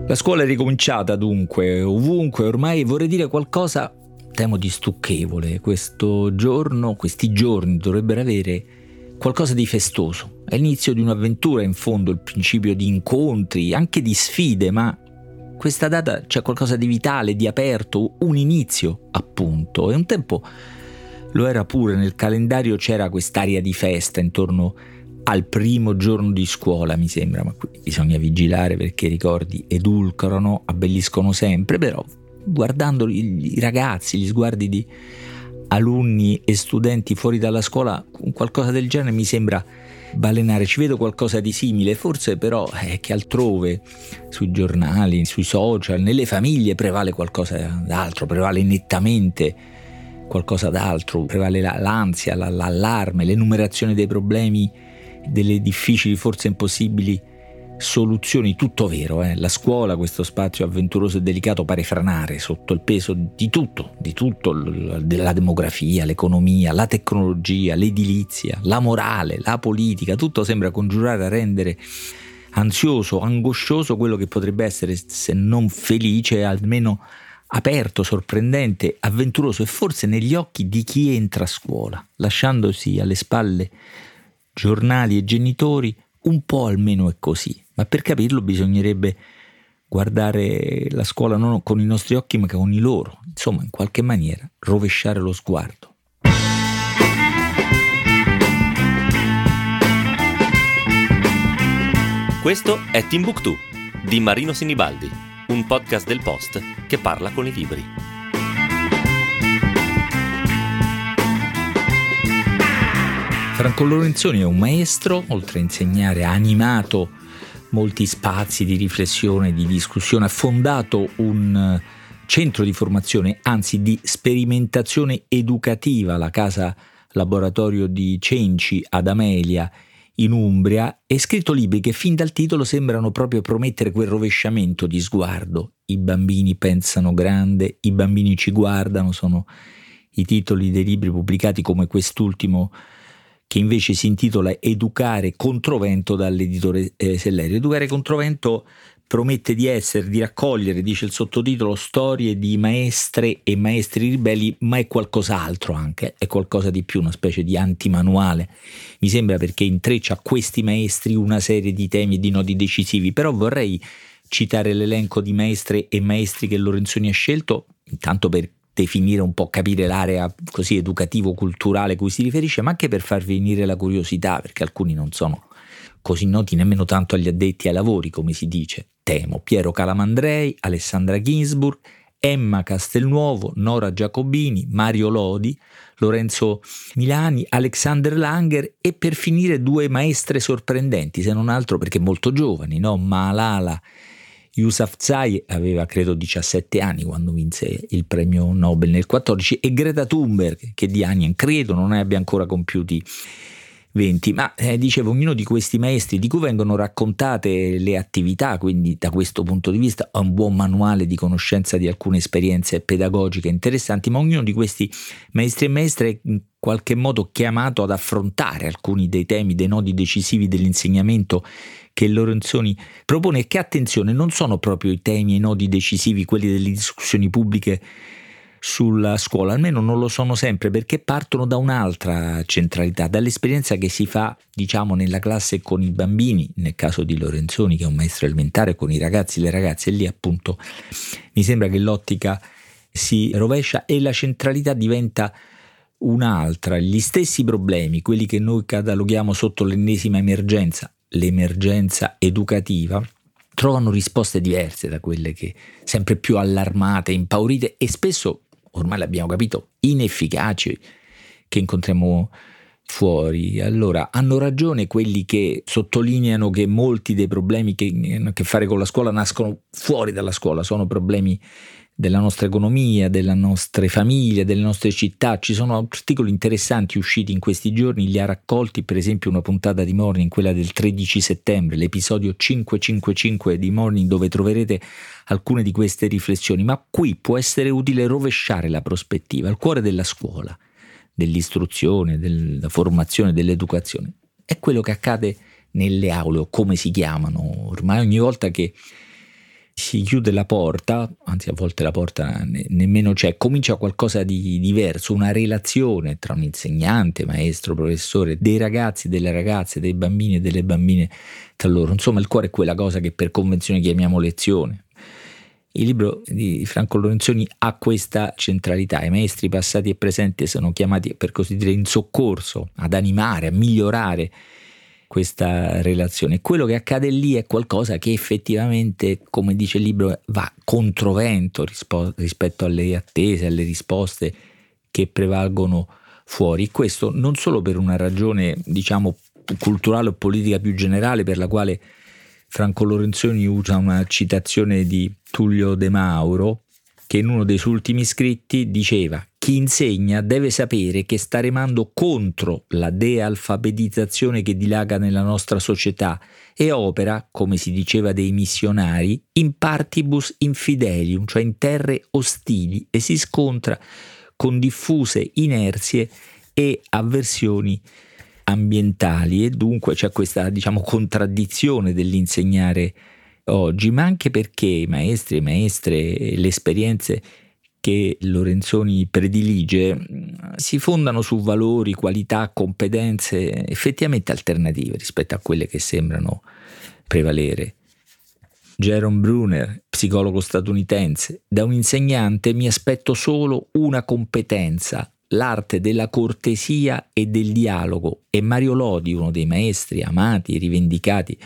La scuola è ricominciata dunque, ovunque, ormai vorrei dire qualcosa, temo di stucchevole. Questi giorni dovrebbero avere qualcosa di festoso. È l'inizio di un'avventura, in fondo, il principio di incontri, anche di sfide, ma questa data c'è qualcosa di vitale, di aperto, un inizio, appunto. E un tempo lo era pure, nel calendario c'era quest'aria di festa intorno al primo giorno di scuola, mi sembra, ma qui bisogna vigilare perché i ricordi edulcorano, abbelliscono sempre, però guardando i ragazzi, gli sguardi di alunni e studenti fuori dalla scuola, qualcosa del genere mi sembra balenare. Ci vedo qualcosa di simile, forse però è che altrove, sui giornali, sui social, nelle famiglie prevale qualcosa d'altro, prevale nettamente qualcosa d'altro, prevale l'ansia, l'allarme, l'enumerazione dei problemi, delle difficili, forse impossibili soluzioni. Tutto vero, la scuola, questo spazio avventuroso e delicato, pare franare sotto il peso di tutto, della demografia, l'economia, la tecnologia, l'edilizia, la morale, la politica. Tutto sembra congiurare a rendere ansioso, angoscioso quello che potrebbe essere, se non felice, almeno aperto, sorprendente, avventuroso, e forse negli occhi di chi entra a scuola, lasciandosi alle spalle giornali e genitori. Un po' almeno è così, ma per capirlo bisognerebbe guardare la scuola non con i nostri occhi ma con i loro, insomma, in qualche maniera rovesciare lo sguardo. Questo è Timbuktu di Marino Sinibaldi, un podcast del Post che parla con i libri. Franco Lorenzoni è un maestro, oltre a insegnare ha animato molti spazi di riflessione, di discussione, ha fondato un centro di formazione, anzi di sperimentazione educativa, la casa laboratorio di Cenci ad Amelia in Umbria, e scritto libri che fin dal titolo sembrano proprio promettere quel rovesciamento di sguardo. I bambini pensano grande, i bambini ci guardano, sono i titoli dei libri pubblicati, come quest'ultimo che invece si intitola Educare Controvento dall'editore Sellerio. Educare Controvento promette di raccogliere, dice il sottotitolo, storie di maestre e maestri ribelli, ma è qualcos'altro anche, è qualcosa di più, una specie di antimanuale, mi sembra, perché intreccia a questi maestri una serie di temi e di nodi decisivi. Però vorrei citare l'elenco di maestre e maestri che Lorenzoni ha scelto, intanto per definire un po', capire l'area così educativo-culturale cui si riferisce, ma anche per far venire la curiosità, perché alcuni non sono così noti nemmeno tanto agli addetti ai lavori, come si dice. Temo Piero Calamandrei, Alessandra Ginsburg, Emma Castelnuovo, Nora Giacobini, Mario Lodi, Lorenzo Milani, Alexander Langer, e per finire due maestre sorprendenti, se non altro perché molto giovani, no? Malala Yousafzai aveva credo 17 anni quando vinse il premio Nobel nel 14, e Greta Thunberg, che di anni credo non ne abbia ancora compiuti 20. Ma dicevo, ognuno di questi maestri, di cui vengono raccontate le attività, quindi da questo punto di vista è un buon manuale di conoscenza di alcune esperienze pedagogiche interessanti, ma ognuno di questi maestri e maestre è in qualche modo chiamato ad affrontare alcuni dei temi, dei nodi decisivi dell'insegnamento che Lorenzoni propone, e che, attenzione, non sono proprio i temi e i nodi decisivi, quelli delle discussioni pubbliche sulla scuola, almeno non lo sono sempre, perché partono da un'altra centralità, dall'esperienza che si fa, diciamo, nella classe con i bambini, nel caso di Lorenzoni che è un maestro elementare, con i ragazzi e le ragazze, e lì appunto mi sembra che l'ottica si rovescia e la centralità diventa un'altra. Gli stessi problemi, quelli che noi cataloghiamo sotto l'ennesima emergenza, l'emergenza educativa, trovano risposte diverse da quelle che sempre più allarmate, impaurite e spesso, ormai l'abbiamo capito, inefficaci che incontriamo fuori. Allora, hanno ragione quelli che sottolineano che molti dei problemi che hanno a che fare con la scuola nascono fuori dalla scuola, sono problemi della nostra economia, delle nostre famiglie, delle nostre città. Ci sono articoli interessanti usciti in questi giorni, li ha raccolti per esempio una puntata di Morning, quella del 13 settembre, l'episodio 555 di Morning, dove troverete alcune di queste riflessioni. Ma qui può essere utile rovesciare la prospettiva. Il cuore della scuola, dell'istruzione, della formazione, dell'educazione è quello che accade nelle aule, o come si chiamano ormai. Ogni volta che si chiude la porta, anzi a volte la porta nemmeno c'è, comincia qualcosa di diverso, una relazione tra un insegnante, maestro, professore, dei ragazzi, delle ragazze, dei bambini e delle bambine tra loro. Insomma, il cuore è quella cosa che per convenzione chiamiamo lezione. Il libro di Franco Lorenzoni ha questa centralità. I maestri passati e presenti sono chiamati, per così dire, in soccorso, ad animare, a migliorare questa relazione. Quello che accade lì è qualcosa che effettivamente, come dice il libro, va controvento rispetto alle attese, alle risposte che prevalgono fuori. Questo non solo per una ragione, diciamo, culturale o politica più generale, per la quale Franco Lorenzoni usa una citazione di Tullio De Mauro, che in uno dei suoi ultimi scritti diceva: chi insegna deve sapere che sta remando contro la dealfabetizzazione che dilaga nella nostra società e opera, come si diceva dei missionari, in partibus infidelium, cioè in terre ostili, e si scontra con diffuse inerzie e avversioni ambientali, e dunque c'è questa, diciamo, contraddizione dell'insegnare oggi, ma anche perché i maestri e maestre, le esperienze che Lorenzoni predilige si fondano su valori, qualità, competenze effettivamente alternative rispetto a quelle che sembrano prevalere. Jerome Bruner, psicologo statunitense: da un insegnante mi aspetto solo una competenza, l'arte della cortesia e del dialogo. E Mario Lodi, uno dei maestri amati e rivendicati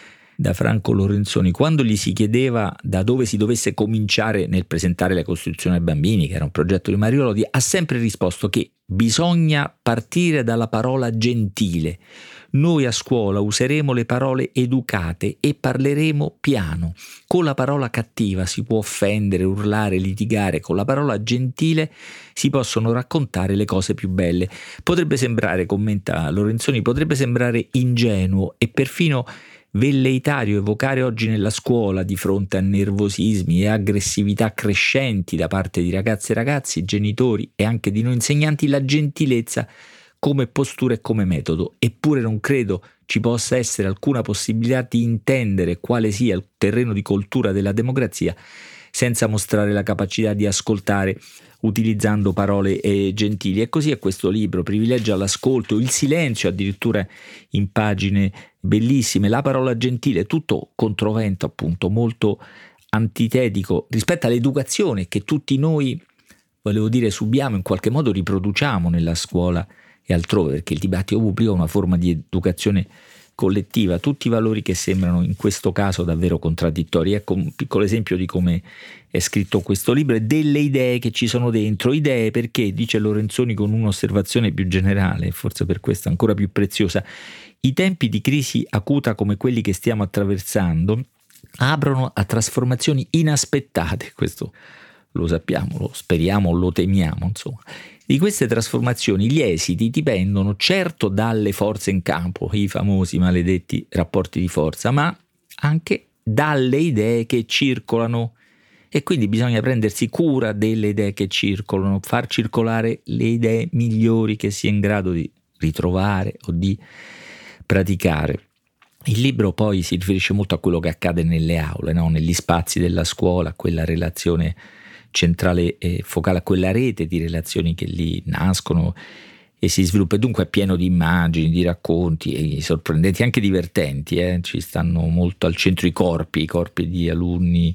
da Franco Lorenzoni, quando gli si chiedeva da dove si dovesse cominciare nel presentare la Costituzione ai bambini, che era un progetto di Mario Lodi, ha sempre risposto che bisogna partire dalla parola gentile. Noi a scuola useremo le parole educate e parleremo piano. Con la parola cattiva si può offendere, urlare, litigare. Con la parola gentile si possono raccontare le cose più belle. Potrebbe sembrare, commenta Lorenzoni, potrebbe sembrare ingenuo e perfino velleitario evocare oggi nella scuola, di fronte a nervosismi e aggressività crescenti da parte di ragazze e ragazzi, genitori e anche di noi insegnanti, la gentilezza come postura e come metodo. Eppure non credo ci possa essere alcuna possibilità di intendere quale sia il terreno di coltura della democrazia senza mostrare la capacità di ascoltare utilizzando parole gentili. E così è questo libro: privilegia l'ascolto, il silenzio, addirittura in pagine bellissime, la parola gentile, tutto controvento, appunto, molto antitetico rispetto all'educazione che tutti noi, volevo dire, subiamo, in qualche modo riproduciamo nella scuola e altrove, perché il dibattito pubblico è una forma di educazione collettiva, tutti i valori che sembrano in questo caso davvero contraddittori. Ecco un piccolo esempio di come è scritto questo libro e delle idee che ci sono dentro. Idee perché, dice Lorenzoni con un'osservazione più generale, forse per questo ancora più preziosa: i tempi di crisi acuta come quelli che stiamo attraversando aprono a trasformazioni inaspettate. Questo lo sappiamo, lo speriamo, lo temiamo, insomma. Di queste trasformazioni gli esiti dipendono certo dalle forze in campo, i famosi maledetti rapporti di forza, ma anche dalle idee che circolano, e quindi bisogna prendersi cura delle idee che circolano, far circolare le idee migliori che si è in grado di ritrovare o di praticare. Il libro poi si riferisce molto a quello che accade nelle aule, no? Negli spazi della scuola, quella relazione centrale e focale, a quella rete di relazioni che lì nascono e si sviluppa, e dunque è pieno di immagini, di racconti e sorprendenti, anche divertenti, ci stanno molto al centro i corpi di alunni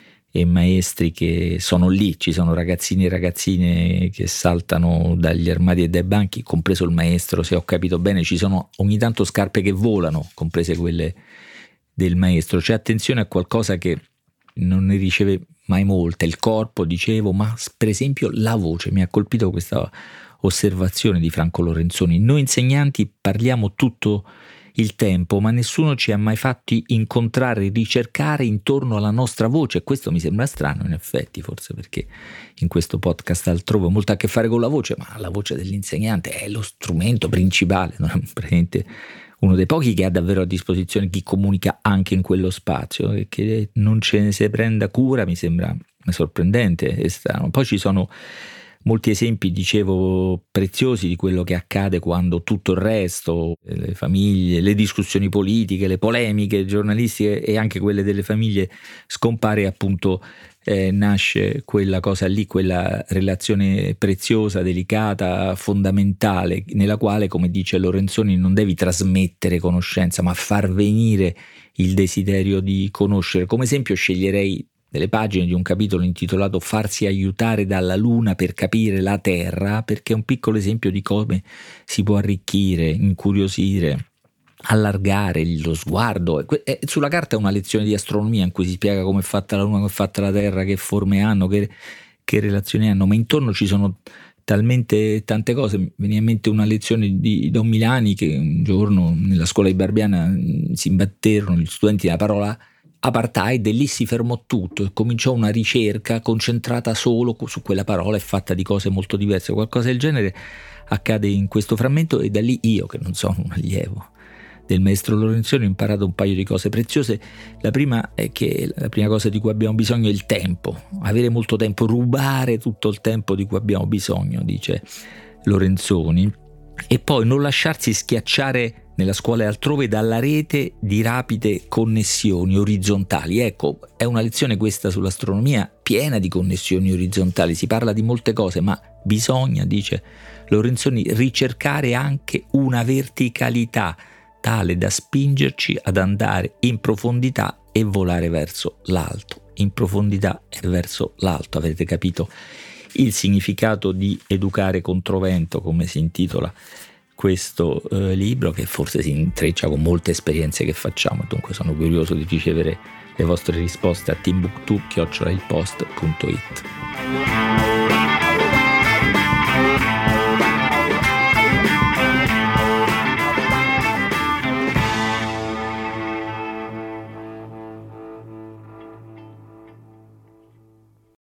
e maestri che sono lì. Ci sono ragazzini e ragazzine che saltano dagli armadi e dai banchi, compreso il maestro, se ho capito bene. Ci sono ogni tanto scarpe che volano, comprese quelle del maestro. C'è attenzione a qualcosa che non ne riceve mai molte, il corpo, dicevo, ma per esempio la voce. Mi ha colpito questa osservazione di Franco Lorenzoni: noi insegnanti parliamo tutto il tempo, ma nessuno ci ha mai fatti incontrare, ricercare intorno alla nostra voce. Questo mi sembra strano, in effetti, forse perché in questo podcast altrove ho molto a che fare con la voce, ma la voce dell'insegnante è lo strumento principale, non è praticamente uno dei pochi che ha davvero a disposizione chi comunica anche in quello spazio, e che non ce ne si prenda cura mi sembra sorprendente e strano. Poi ci sono molti esempi, dicevo, preziosi di quello che accade quando tutto il resto, le famiglie, le discussioni politiche, le polemiche giornalistiche e anche quelle delle famiglie scompare, appunto nasce quella cosa lì, quella relazione preziosa, delicata, fondamentale, nella quale, come dice Lorenzoni, non devi trasmettere conoscenza, ma far venire il desiderio di conoscere. Come esempio sceglierei delle pagine di un capitolo intitolato Farsi aiutare dalla luna per capire la Terra, perché è un piccolo esempio di come si può arricchire, incuriosire, allargare lo sguardo. Sulla carta è una lezione di astronomia in cui si spiega come è fatta la luna, come è fatta la Terra, che forme hanno, che relazioni hanno, ma intorno ci sono talmente tante cose. Mi viene in mente una lezione di Don Milani, che un giorno nella scuola di Barbiana si imbatterono gli studenti nella parola apartheid e lì si fermò tutto e cominciò una ricerca concentrata solo su quella parola e fatta di cose molto diverse. Qualcosa del genere accade in questo frammento, e da lì io, che non sono un allievo del maestro Lorenzoni, ho imparato un paio di cose preziose. La prima è che la prima cosa di cui abbiamo bisogno è il tempo, avere molto tempo, rubare tutto il tempo di cui abbiamo bisogno, dice Lorenzoni, e poi non lasciarsi schiacciare nella scuola e altrove dalla rete di rapide connessioni orizzontali. Ecco, è una lezione questa sull'astronomia piena di connessioni orizzontali, si parla di molte cose, ma bisogna, dice Lorenzoni, ricercare anche una verticalità tale da spingerci ad andare in profondità e volare verso l'alto. In profondità e verso l'alto, avete capito il significato di Educare controvento, come si intitola questo libro, che forse si intreccia con molte esperienze che facciamo. Dunque sono curioso di ricevere le vostre risposte a timbuktu@ilpost.it.